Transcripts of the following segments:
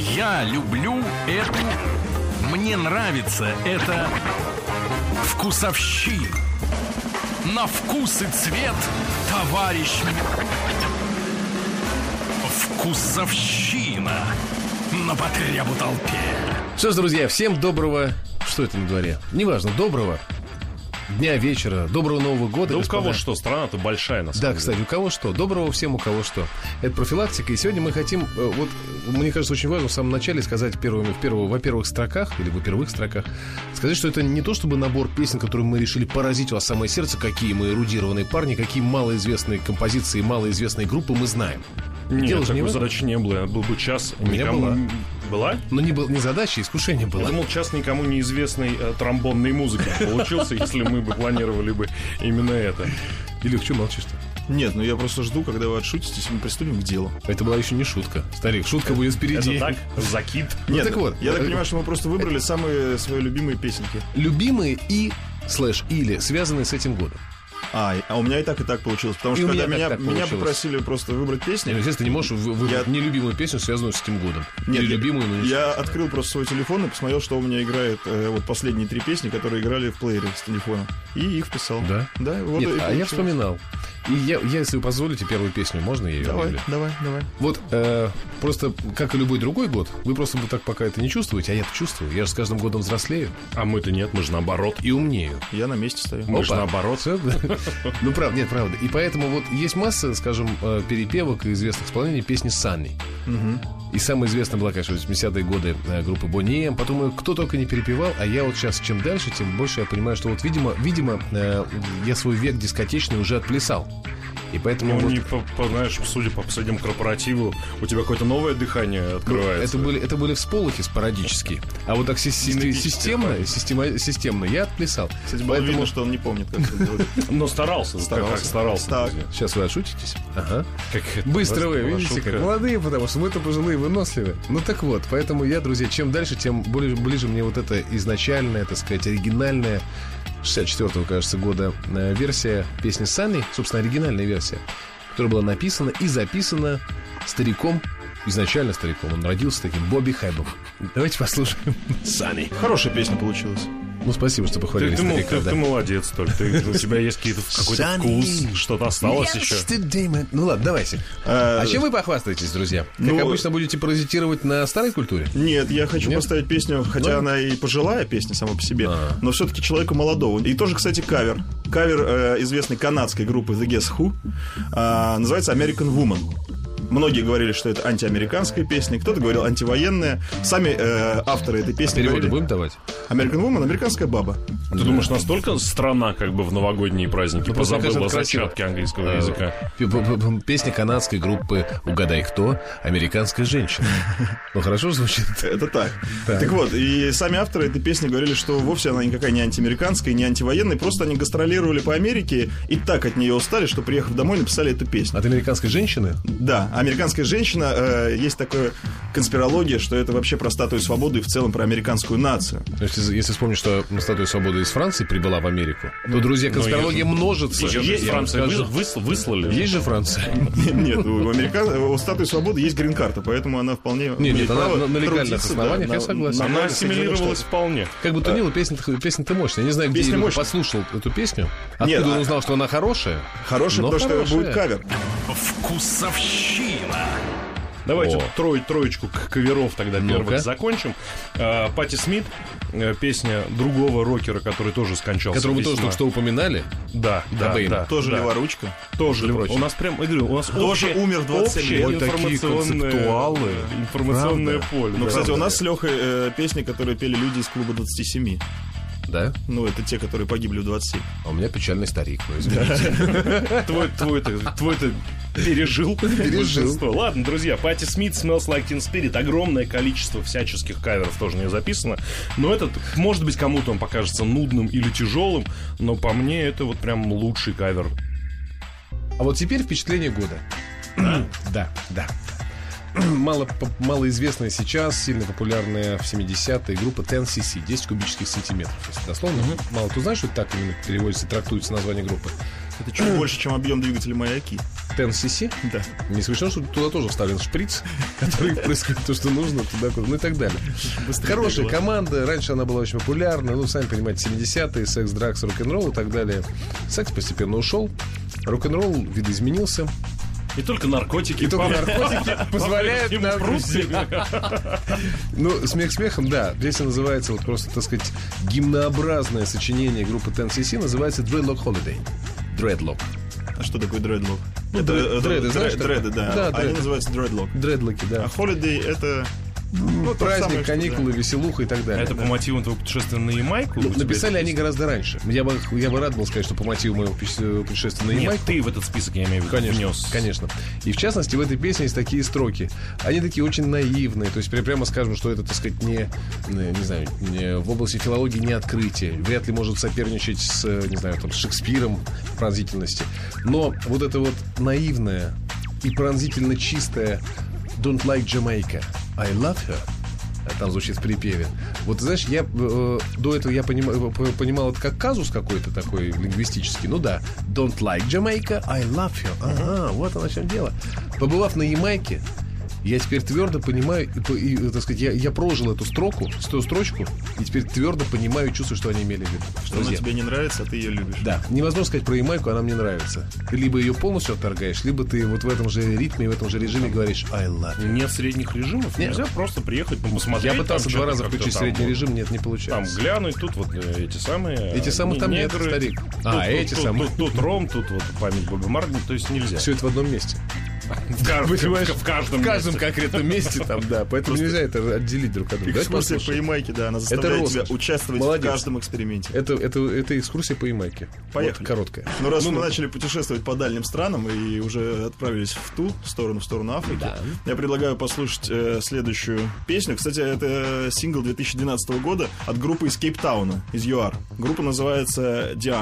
Я люблю эту... Мне нравится это... Вкусовщина. На вкус и цвет, товарищ. Вкусовщина. На потребу толпе. Что ж, друзья, всем доброго... Что это на дворе? Неважно, доброго дня, вечера, доброго Нового года. Да господа. у кого что, страна-то большая, на самом Да, деле. кстати, у кого что. Доброго всем, у кого что. Это профилактика. И сегодня мы хотим, вот, мне кажется, очень важно в самом начале сказать во первых строках, или во первых строках, сказать, что это не то чтобы набор песен, которые мы решили поразить у вас самое сердце, какие мы эрудированные парни, какие малоизвестные композиции, малоизвестные группы мы знаем. Нет, Дело же не такой в этом. задачи не было. Был бы час У меня никому... была. Была? Но не задача, искушение было. Я думал, час никому неизвестной тромбонной музыки получился, если мы бы планировали бы именно это. Илюх, что молчишь-то? Нет, ну я просто жду, когда вы отшутитесь, и мы приступим к делу. Это была еще не шутка. Старик, шутка будет впереди. Это так? Закид? Нет, так вот. я так понимаю, что мы просто выбрали самые свои любимые песенки. Любимые и или связанные с этим годом. А у меня и так получилось. Потому И что у когда меня так меня получилось. попросили просто выбрать песню. Естественно, ты не можешь выбрать Я- нелюбимую песню, связанную с этим годом. Нет, Или любимую, но не Я открыл просто свой телефон и посмотрел, что у меня играет вот последние 3 песни, которые играли в плеере с телефона. И их вписал. Да? Да, вот Нет, и а я получилось. вспоминал. И я, если вы позволите, первую песню, можно я ее Давай. объявлю? Вот, просто, как и любой другой год, вы просто так пока это не чувствуете, а я это чувствую. Я же с каждым годом взрослею А мы-то нет, мы же наоборот. и умнею. Я на месте стою. Мы же Опа. наоборот. Всё, да? Ну, правда, нет, правда. И поэтому вот есть масса, скажем, перепевок и известных исполнений песни Санни. И самая известная была, конечно, 80-е годы группы Boney M. Потом кто только не перепевал, а я вот сейчас, чем дальше, тем больше я понимаю, что вот, видимо, я свой век дискотечный уже отплясал. И поэтому Ну, вот не знаешь, судя по последнему корпоративу, у тебя какое-то новое дыхание открывается. это были всполохи спорадические. А вот так системно я отплясал. Кстати, было видно, что он не помнит, как это делать. Но старался. Как старался. Так. друзья. Сейчас вы отшутитесь? Ага. Как это? Быстро вы, Была видите, шутка. как молодые, потому что мы-то пожилые, выносливые. Ну так вот, поэтому я, друзья, чем дальше, тем ближе мне вот эта изначальная, так сказать, оригинальная 64-го, кажется, года версия песни Санни, собственно, оригинальная версия, которая была написана и записана стариком, изначально стариком, он родился таким, Бобби Хэббом. Давайте послушаем Санни. Хорошая песня получилась. Ну, спасибо, что похвалили старика. Ты молодец, Толь. У тебя есть какой-то вкус, что-то осталось еще. Ну ладно, давайте. А чем вы похвастаетесь, друзья? Как Ну, обычно будете паразитировать на старой культуре? Нет, я хочу Нет? поставить песню, хотя Ну? она и пожилая песня сама по себе, А. но все-таки человеку молодого. И тоже, кстати, кавер. Кавер известной канадской группы The Guess Who. Называется American Woman. Многие говорили, что это антиамериканская песня, кто-то говорил антивоенная. Сами авторы этой песни Переводы говорили... будем давать? American Woman, американская баба. Ты думаешь, настолько страна как бы в новогодние праздники просто, мне позабыла кажется, это красиво. зачатки английского языка? Песня канадской группы «Угадай кто?» «Американская женщина». Ну, хорошо звучит? Это так. Так вот, и сами авторы этой песни говорили, что вовсе она никакая не антиамериканская, не антивоенная, просто они гастролировали по Америке и так от нее устали, что, приехав домой, написали эту песню. От американской женщины? Да, американская женщина, есть такая конспирология, что это вообще про статую свободы и в целом про американскую нацию. То есть, если вспомнить, что статуя свободы из Франции прибыла в Америку, то, друзья, конспирология множится. Ее же из Я вам Франции скажу. выслали. Есть же Франция? Нет, у статуи свободы есть грин-карта, поэтому она вполне... Нет, имеет она право на легальных трудиться, основаниях, да, я согласен. Она нормальных ассимилировалась Соединенных Штатах. вполне. Как бы то ни было, песня-то мощная. Я не знаю, где Песня Илюха мощная. послушал эту песню. Нет, Откуда он узнал, что она хорошая? Хорошая, Но потому что хорошая. будет кавер. Вкусовщина. Давайте О. троечку каверов тогда Ну-ка. первых закончим. Патти Смит, песня другого рокера, который тоже скончался. Которого вы тоже весьма. только что упоминали. Да, Кобейн. Тоже да. леворучка. Тоже Между прочим. У нас прям, я говорю, у нас Тоже умер в 27 общее лет. Ой, такие информационное, концептуалы. информационное Правда? поле. Ну, да. кстати, у нас с Лехой песни, которые пели люди из клуба 27. Да? Ну, это те, которые погибли в 27. А у меня печальный старик. Ну, извините. Твой-то пережил. большинство. Ладно, друзья, Патти Смит, Smells Like Teen Spirit. Огромное количество всяческих каверов тоже не записано. Но этот, может быть, кому-то он покажется нудным или тяжелым, но по мне это вот прям лучший кавер. А вот теперь впечатление года. Да. Малоизвестная сейчас, сильно популярная в 70-е группа 10cc, 10 кубических сантиметров. Если дословно, мало кто знает, что это так именно переводится, трактуется название группы. Это чуть больше, чем объем двигателя Маяки. 10cc? Да. Не смешно, что туда тоже вставлен шприц, который происходит то, что нужно, туда, куда, ну и так далее. Хорошая команда, раньше она была очень популярна, ну, сами понимаете, 70-е, секс, дракс, рок-н-ролл и так далее. Секс постепенно ушел, рок-н-ролл видоизменился. И только наркотики. Позволяют нам... Ну, смех смехом, да. Песня называется, вот просто, так сказать, гимнообразное сочинение группы 10cc, называется Dreadlock Holiday. Dreadlock. А что такое дредлок? Дреды, знаешь? Дреды, да. Да, они называются дредлок. Дредлоки, да. А holiday это... Ну, праздник, каникулы, веселуха и так далее. Это по мотивам твоего путешествия на Ямайку? Написали они гораздо раньше. Я бы рад был сказать, что по мотиву моего путешествия на Ямайку. Нет, ты в этот список, я имею в виду, внес. Конечно. И в частности, в этой песне есть такие строки. Они такие очень наивные. То есть прямо скажем, что это, так сказать, не знаю, в области филологии не открытие. Вряд ли может соперничать с, не знаю, там, с Шекспиром в пронзительности. Но вот это вот наивное и пронзительно чистое Don't like Jamaica, I love her. Там звучит в припеве. Вот, знаешь, я до этого я понимал это как казус какой-то такой лингвистический. Ну да. Don't like Jamaica, I love her. Ага, вот оно в чем дело. Побывав на Ямайке, я теперь твердо понимаю, так сказать, я прожил эту строчку, и теперь твердо понимаю и чувствую, что они имели в виду. Что она тебе не нравится, а ты ее любишь. Да, невозможно сказать про Ямайку, она мне нравится. Ты либо ее полностью отторгаешь, либо ты вот в этом же ритме и в этом же режиме говоришь I love you. Нет средних режимов, нельзя просто приехать, посмотреть. Я пытался 2 раза включить средний режим, нет, не получается. Там глянуть, тут вот эти самые... Эти самые там нет, старик. Эти самые. Тут ром, тут вот память Боба Марли, то есть нельзя. Все это в одном месте. В каждом конкретном месте там, да. Поэтому нельзя это отделить друг от друга. Экскурсия по Ямайке, да, она заставляет тебя участвовать в каждом эксперименте. Это экскурсия по Ямайке. Поехали. Вот, короткая. Ну, раз мы начали путешествовать по дальним странам и уже отправились в ту сторону Африки, я предлагаю послушать следующую песню. Кстати, это сингл 2012 года от группы из Кейптауна, из ЮАР. Группа называется The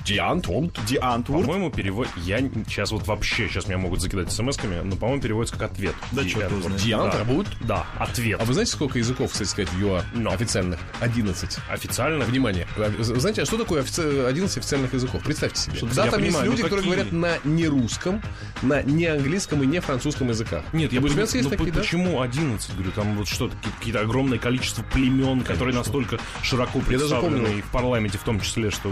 Antwoord. По-моему, перевод... Я сейчас вот вообще, сейчас меня могут закидать смс-ками, но, по-моему, переводится как ответ. Да, что ты знаешь. Да, ответ. А вы знаете, сколько языков, кстати сказать, в ЮАР? Официальных? 11. Официально? Внимание. Вы знаете, а что такое 11 официальных языков? Представьте себе. Да, там есть люди, которые говорят на нерусском, на неанглийском и не французском языках. Нет, я понимаю, почему 11? Говорю, там вот что-то, какие-то огромное количество племен, которые настолько широко представлены и в парламенте в том числе, что...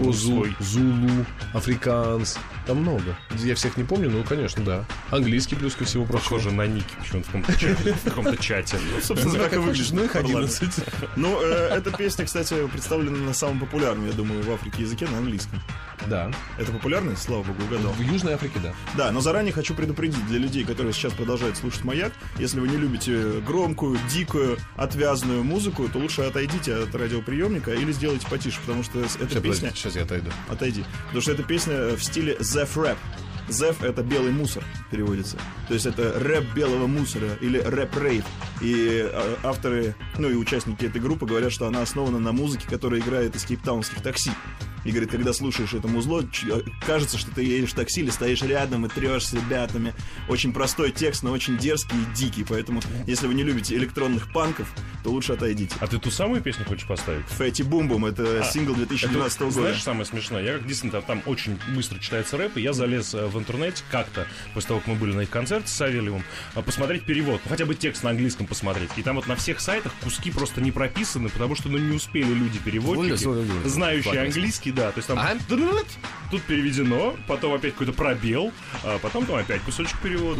Зулу, африканс. Там много. Я всех не помню, но, конечно, да. Английский плюс ко всему прочему. Похоже на ники почему-то в каком-то чате. Собственно, так и выглядит. Ну, их 11. Ну, эта песня, кстати, представлена на самом популярном, я думаю, в Африке языке, на английском. Да. Это популярно? Слава богу, угадал. В Южной Африке, да. Да, но заранее хочу предупредить для людей, которые сейчас продолжают слушать «Маяк», если вы не любите громкую, дикую, отвязную музыку, то лучше отойдите от радиоприемника или сделайте потише, потому что эта песня... Сейчас я отойду. Отойди. Потому что эта песня в стиле Zef Rap. Зеф — это белый мусор, переводится. То есть это рэп белого мусора или рэп-рейв. И авторы, ну и участники этой группы говорят, что она основана на музыке, которая играет из кейптаунских такси. И говорит, когда слушаешь это музло, кажется, что ты едешь в такси или стоишь рядом и трешь с ребятами. Очень простой текст, но очень дерзкий и дикий. Поэтому, если вы не любите электронных панков, то лучше отойдите. А ты ту самую песню хочешь поставить? Фэти Бум-Бум, это сингл 2012 года. Знаешь, самое смешное? Я как действительно там очень быстро читается рэп, и я залез в интернете как-то, после того, как мы были на их концерте с Савельевым, посмотреть перевод, хотя бы текст на английском посмотреть. И там вот на всех сайтах куски просто не прописаны, потому что не успели люди-переводчики, знающие английский, да, то есть там тут переведено, потом опять какой-то пробел, а потом там опять кусочек перевода.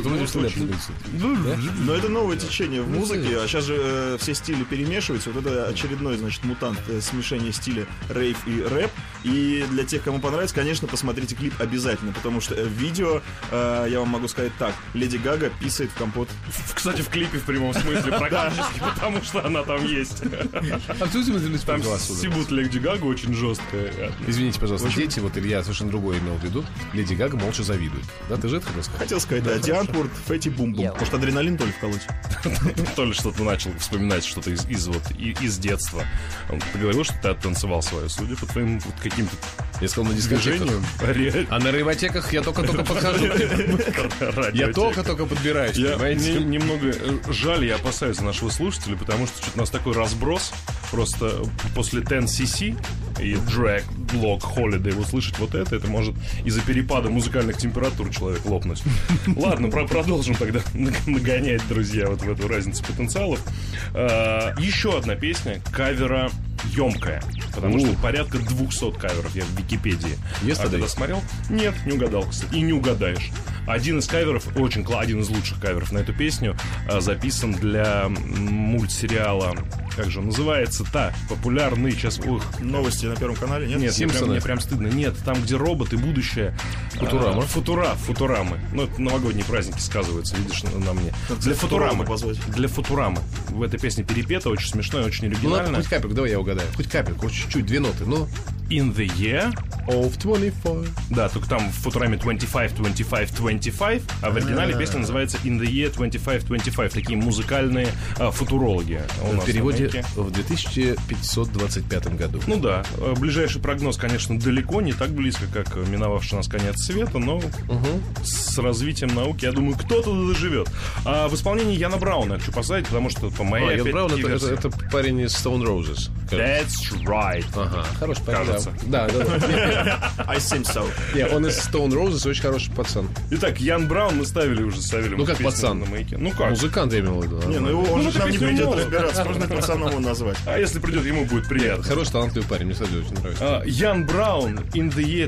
Но это новое течение в музыке, а сейчас же все стили перемешиваются. Вот это очередной, значит, мутант, смешение стиля рейв и рэп. И для тех, кому понравится, конечно, посмотрите клип обязательно, потому что в видео, я вам могу сказать так, Леди Гага писает в компот. Кстати, в клипе в прямом смысле практически, потому что она там есть. Там сибут Леди Гага очень жесткая. Извините, пожалуйста, дети, вот Илья совершенно другое имел в виду. Леди Гага молча завидует. Да, ты же это хотел сказать? Хотел сказать, да. The Antwoord, Фэти Бум-Бум. Может, адреналин то ли вколоть? То ли что-то начал вспоминать что-то из детства. Ты говорил, что ты оттанцевал свою, судя по твоим каким-то... Я сказал, на дискотеках. А на рейвотеках я только-только подхожу. Я только-только подбираюсь, понимаете? Немного жаль, я опасаюсь за нашего слушателя, потому что что-то у нас такой разброс. Просто после 10cc и блок Holiday услышать вот это может из-за перепада музыкальных температур человек лопнуть. Ладно, продолжим тогда нагонять, друзья, вот в эту разницу потенциалов. Еще одна песня кавера емкая, потому что порядка 200 каверов я в Википедии. Когда смотрел? Нет, не угадал, кстати, и не угадаешь. Один из каверов, один из лучших каверов на эту песню записан для мультсериала, как же он называется, популярный сейчас... Новости на Первом канале, нет? Нет, мне прям стыдно. Нет, там, где роботы, будущее. Футурама. Футурамы. Ну, это новогодние праздники сказываются, видишь, на мне. Для Футурамы позвать. Для Футурамы. В этой песне перепето, очень смешно и очень оригинально. Ну, хоть капельку, давай я угадаю. Хоть капельку, чуть-чуть, 2 ноты, ну... In the year of 25. Да, только там в Футураме 25, 25, 25, а в оригинале песня называется In the year 25, 25. Такие музыкальные футурологи. В переводе в 2525 году. Ну да, ближайший прогноз, конечно, далеко, не так близко, как миновавший нас конец света, но с развитием науки, я думаю, кто-то доживет. А в исполнении Яна Брауна я хочу поставить, потому что по моей Ян Браун это парень из Stone Roses. That's right. Ага, хороший парень. Кажется. Да. I think so. Не, он из Stone Roses, очень хороший пацан. Итак, Ян Браун мы ставили уже, Ну как пацан? На маяке. Ну как? Музыкант, я имел в виду. Не, ну он же к нам не придет разбираться, можно пацаном его назвать. А если придет, ему будет приятно. Хороший, талантливый парень, мне, кстати, очень нравится. Ян Браун, In the year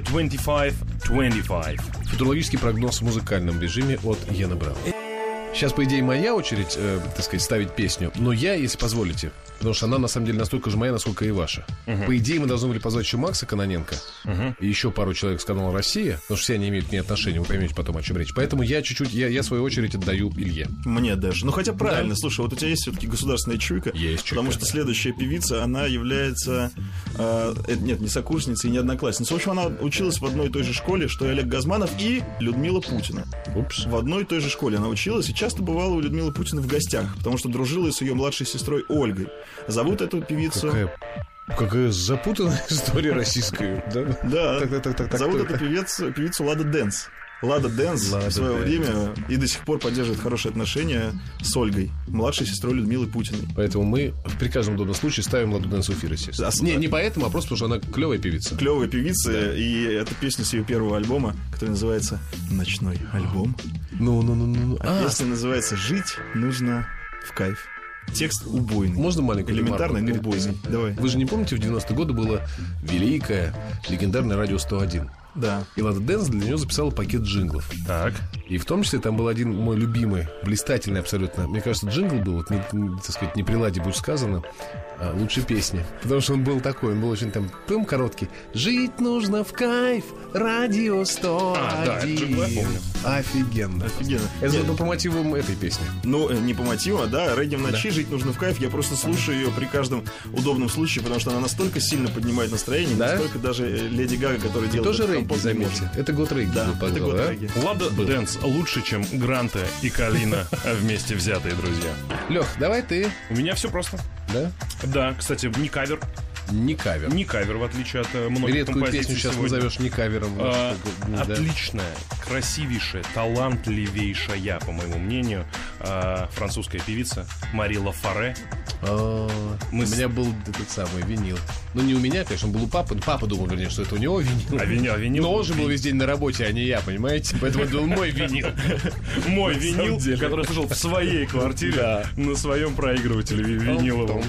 2525. Футурологический прогноз в музыкальном режиме от Яна Брауна. Сейчас, по идее, моя очередь, так сказать, ставить песню. Но я, если позволите, потому что она, на самом деле, настолько же моя, насколько и ваша. По идее, мы должны были позвать еще Макса Кононенко и еще пару человек с канала «Россия», потому что все они имеют к ней отношение, вы поймете потом, о чем речь. Поэтому я чуть-чуть, я свою очередь отдаю Илье. Мне даже. Ну, хотя правильно, слушай, вот у тебя есть все-таки государственная чуйка. Есть чуйка. Потому что следующая певица, она является... нет, не сокурсницей, не одноклассницей. В общем, она училась в одной и той же школе, что и Олег Газманов и Людмила Путина. Упс. В одной и той же школе она училась и часто бывала у Людмилы Путина в гостях, потому что дружила с ее младшей сестрой Ольгой. Зовут эту певицу... Какая запутанная история российская, да? Да. Зовут эту певицу Лада Дэнс. Лада Дэнс в свое время и до сих пор поддерживает хорошие отношения с Ольгой, младшей сестрой Людмилы Путиной. Поэтому мы при каждом удобном случае ставим Ладу Дэнс в эфир, естественно. Не поэтому, а просто потому, что она клевая певица. Клевая певица, да. И это песня с ее первого альбома, который называется «Ночной альбом». А песня называется «Жить нужно в кайф». Текст убойный. Можно маленькую элементарный, но ремарку? убойный. Давай. Вы же не помните, в 90-е годы было великое, легендарное радио 101. Да. И Лада Дэнс для нее записала пакет джинглов. Так. И в том числе там был один мой любимый, блистательный абсолютно. Мне кажется, джингл был, вот, так сказать, не при ладе будь сказано, лучшей песни. Потому что он был такой, он был очень там короткий. Жить нужно в кайф, радио 101. Да, это джингл, я помню. Офигенно. Это по мотивам этой песни. Ну, не по мотивам, а да, «Регги в ночи», «Жить нужно в кайф». Я просто слушаю ее при каждом удобном случае, потому что она настолько сильно поднимает настроение, настолько даже Леди Гага, которая делает тоже регги, заметьте. Это год регги. Да, это год регги. Лада Дэнс лучше, чем Гранта и Калина вместе взятые, друзья. Лех, давай ты. У меня все просто. Да? Да, кстати, не кавер. Не кавер. Не кавер, в отличие от многих редкую композиций песню сейчас сегодня. назовешь не кавером. Отличная, красивейшая, талантливейшая, по моему мнению, французская певица Марила Фаре. У меня был этот самый винил. Ну, не у меня, конечно, он был у папы. Папа думал, вернее, что это у него винил. Винил. Но он же был весь день на работе, а не я, понимаете? Поэтому это был мой винил. Мой винил, который я слушал в своей квартире, на своем проигрывателе виниловом.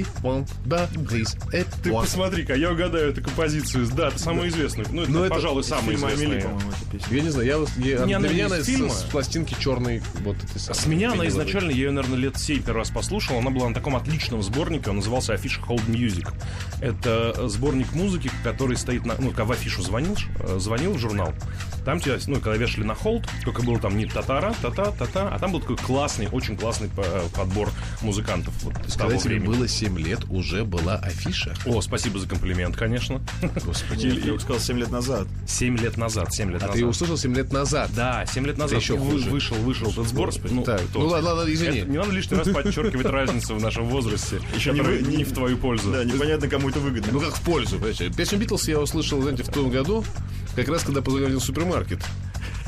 Ты посмотри-ка, я угадаю эту композицию. Да, это самую известную. Ну, это, пожалуй, самая известная. Я не знаю, для меня она фильма с пластинки черной. Вот с меня она изначально, я ее, наверное, лет 7 первый раз послушал. Она была на таком отличном сборнике, он назывался Афиша Hold Music. Это сборник музыки, который стоит на... Ну, когда в афишу звонил в журнал, там тебя, когда вешали на холд, только было там не та-та-ра, та-та-та-та, а там был такой классный, очень классный подбор музыкантов вот, с того когда тебе времени. было 7 лет, уже была афиша. О, спасибо за комплимент, конечно. Господи, я бы сказал 7 лет назад. 7 лет назад. А ты его услышал 7 лет назад? Да, 7 лет назад еще вышел этот сбор. Ну ладно, извини. Не надо лишний раз подчеркивать разницу в нашем возрасте, еще не в твою пользу. Да, непонятно, кому это выгодно. Ну как в пользу, понимаете? Песню Битлз я услышал, знаете, в том году, как раз когда позвонил в супермаркет.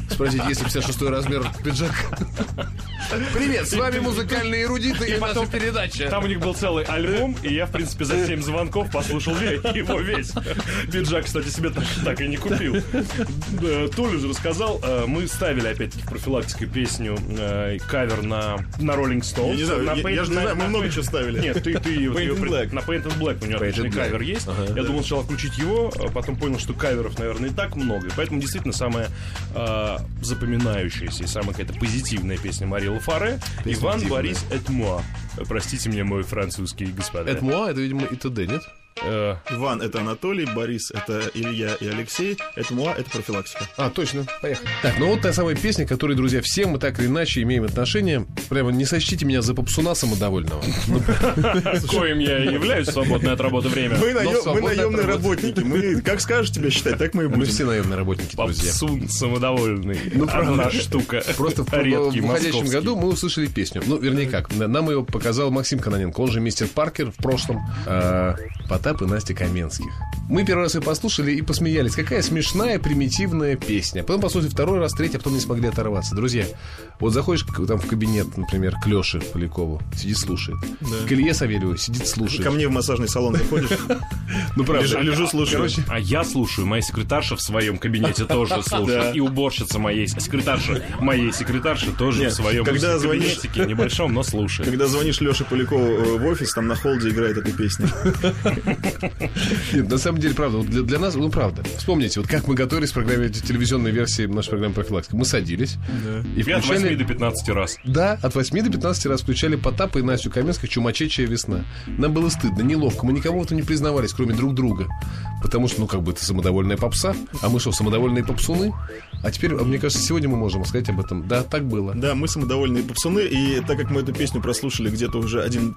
Спросить, есть ли 56-й размер пиджак. Привет, с вами музыкальные эрудиты и наша передача. Там у них был целый альбом, и я, в принципе, за 7 звонков послушал его весь. Пиджак, кстати, себе так и не купил. Толя же рассказал, мы ставили, опять-таки, в профилактике песню кавер на Rolling Stones. Я не знаю, мы много чего ставили. Нет, ты на Paint and Black у него отличный кавер есть. Я думал сначала включить его, а потом понял, что каверов, наверное, и так много. И поэтому действительно самая запоминающаяся и самая какая-то позитивная песня Мари Лафаре «Иван, Борис, et moi». Простите меня, мой французский господа. Et moi, это, видимо, и т.д., нет? Иван — это Анатолий, Борис — это Илья и Алексей, это Муа — это профилактика. Точно, поехали. Так, ну вот та самая песня, к которой, друзья, все мы так или иначе имеем отношение. Прямо не сочтите меня за попсуна самодовольного. Коим я и являюсь в свободное от работы время. Мы наемные работники. Мы, как скажешь тебя считать, так мы и будем. Мы все наемные работники, друзья. Попсун самодовольный. Правда. Одна штука. Просто в уходящем году мы услышали песню. Ну, вернее как, нам ее показал Максим Кононенко, он же мистер Паркер в прошлом. Потап и Настя Каменских. Мы первый раз ее послушали и посмеялись. Какая смешная, примитивная песня. Потом послушали второй раз, третий, а потом не смогли оторваться. Друзья, вот заходишь там в кабинет, например, к Лёше Полякову, сидит, слушает. Да. К Илье Савельеву сидит, слушает. Ко мне в массажный салон заходишь. Ну, правда. Лежу, слушаю. А я слушаю, моя секретарша в своем кабинете тоже слушает. И уборщица моей секретарши тоже в своем кабинетике небольшом, но слушает. Когда звонишь Лёше Полякову в офис, там на холде играет эта песня. Нет, на самом деле, правда, вот для нас, ну, правда. Вспомните, вот как мы готовились к программе телевизионной версии нашей программы «Профилактика». Мы садились и включали... От 8 до 15 раз. Да, от 8 до 15 раз включали Потапа и Настю Каменских «Чумачечья весна». Нам было стыдно, неловко. Мы никому в этом не признавались, кроме друг друга. Потому что, ну, как бы это самодовольная попса. А мы что, самодовольные попсуны? А теперь, мне кажется, сегодня мы можем сказать об этом. Да, так было. Да, мы самодовольные попсуны. И так как мы эту песню прослушали где-то уже 1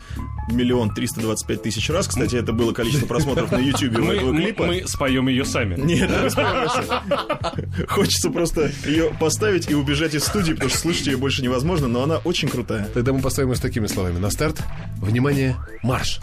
325 000 раз, кстати, это было количество просмотров на YouTube у этого клипа. Мы споем ее сами. Нет, мы споем сами. Хочется просто ее поставить и убежать из студии, потому что слышать ее больше невозможно, но она очень крутая. Тогда мы поставим ее с такими словами. На старт. Внимание, марш!